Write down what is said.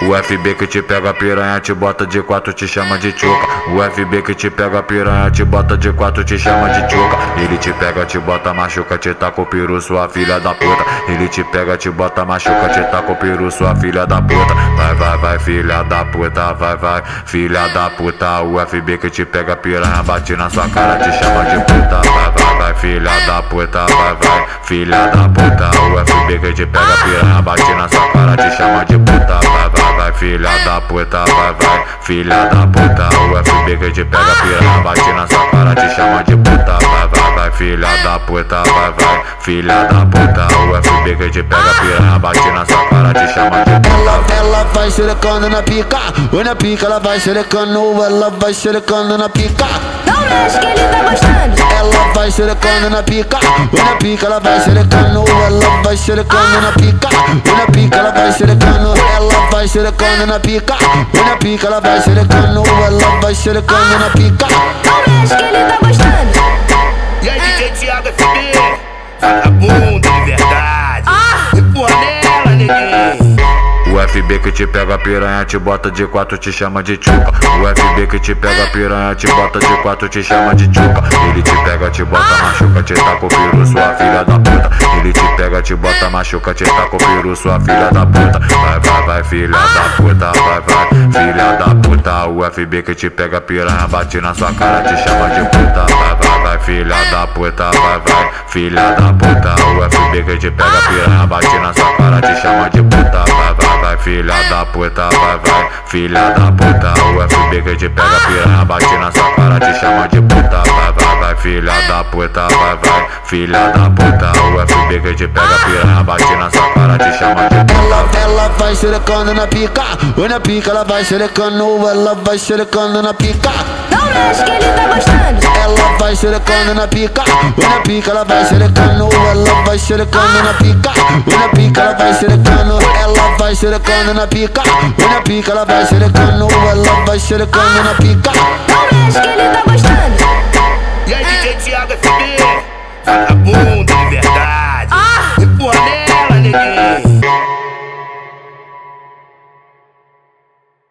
O FB que te pega piranha, te bota de quatro, te chama de tchuca. O FB que te pega piranha, te bota de quatro, te chama de tchuca. Ele te pega, te bota, machuca, te taca o peru, sua filha da puta. Ele te pega, te bota, machuca, te taca o peru, sua filha da puta. Vai, vai, vai, filha da puta, vai, vai, filha da puta. O FB que te pega piranha, bate na sua cara, te chama de puta. Vai, vai, vai, filha da puta, vai, vai, filha da puta. O FB que te pega piranha, bate na sua cara, te chama de puta. Vai, vai, vai, filha da puta, vai, vai, filha da puta. O FB que te pega piranha, bate na sua cara, te chama de puta. Vai, vai, vai, filha da puta, vai, vai, filha da puta. O FB que te pega piranha, bate na sua cara, te chama de puta. Ela vai xerecando na pica, ou na pica ela vai xerecando, ela vai xerecando na pica. Não mexe que ele tá gostando. Ela vai xerecando na pica, ou na pica ela vai xerecando, ela vai xerecando na pica, ou na pica ela vai xerecando, ela vai xerecando na pica, ou na pica ela vai xerecando, ela vai xerecando na pica. Não mexe que ele tá gostando. E aí, DJ Thiago FB, vagabundo de verdade. Empurra nela, neguinho. O FB que te pega piranha, te bota de quatro, te chama de tchuca. O FB que te pega piranha, te bota de quatro, te chama de tchuca. Ele te pega, te bota, machuca, te taca o peru, sua filha da puta. Ele te pega, te bota, machuca, te taca o peru, sua filha da puta. Vai, vai, vai, filha da puta, vai, vai, filha da puta. O FB que te pega piranha, bate na sua cara, te chama de puta. Vai, vai, vai, filha da puta, vai, vai, filha da puta. O FB que te pega piranha, bate na sua cara, te chama de puta. Vai, vai, vai, filha da puta, vai, vai, filha da puta. O FB que te pega piranha, bate na sua cara, te chama de puta. Vai, vai, vai, filha da puta, vai, vai, filha da puta. O FB que te pega piranha, bate na sua cara, te chama de puta. Ela vai xerecando na pica, ou na pica ela vai xerecando, ela vai xerecando na pica. Não mexe que ele tá gostando. Ela vai xerecando na pica, ou na pica ela vai xerecando, ela vai xerecando na pica, ou na pica ela vai xerecando, ela vai xerecando na pica, ou na pica ela vai xerecando, ela vai xerecando na pica. Não mexe que ele tá gostando. E aí, DJ Thiago FB, vagabundo de verdade. Empurra nela.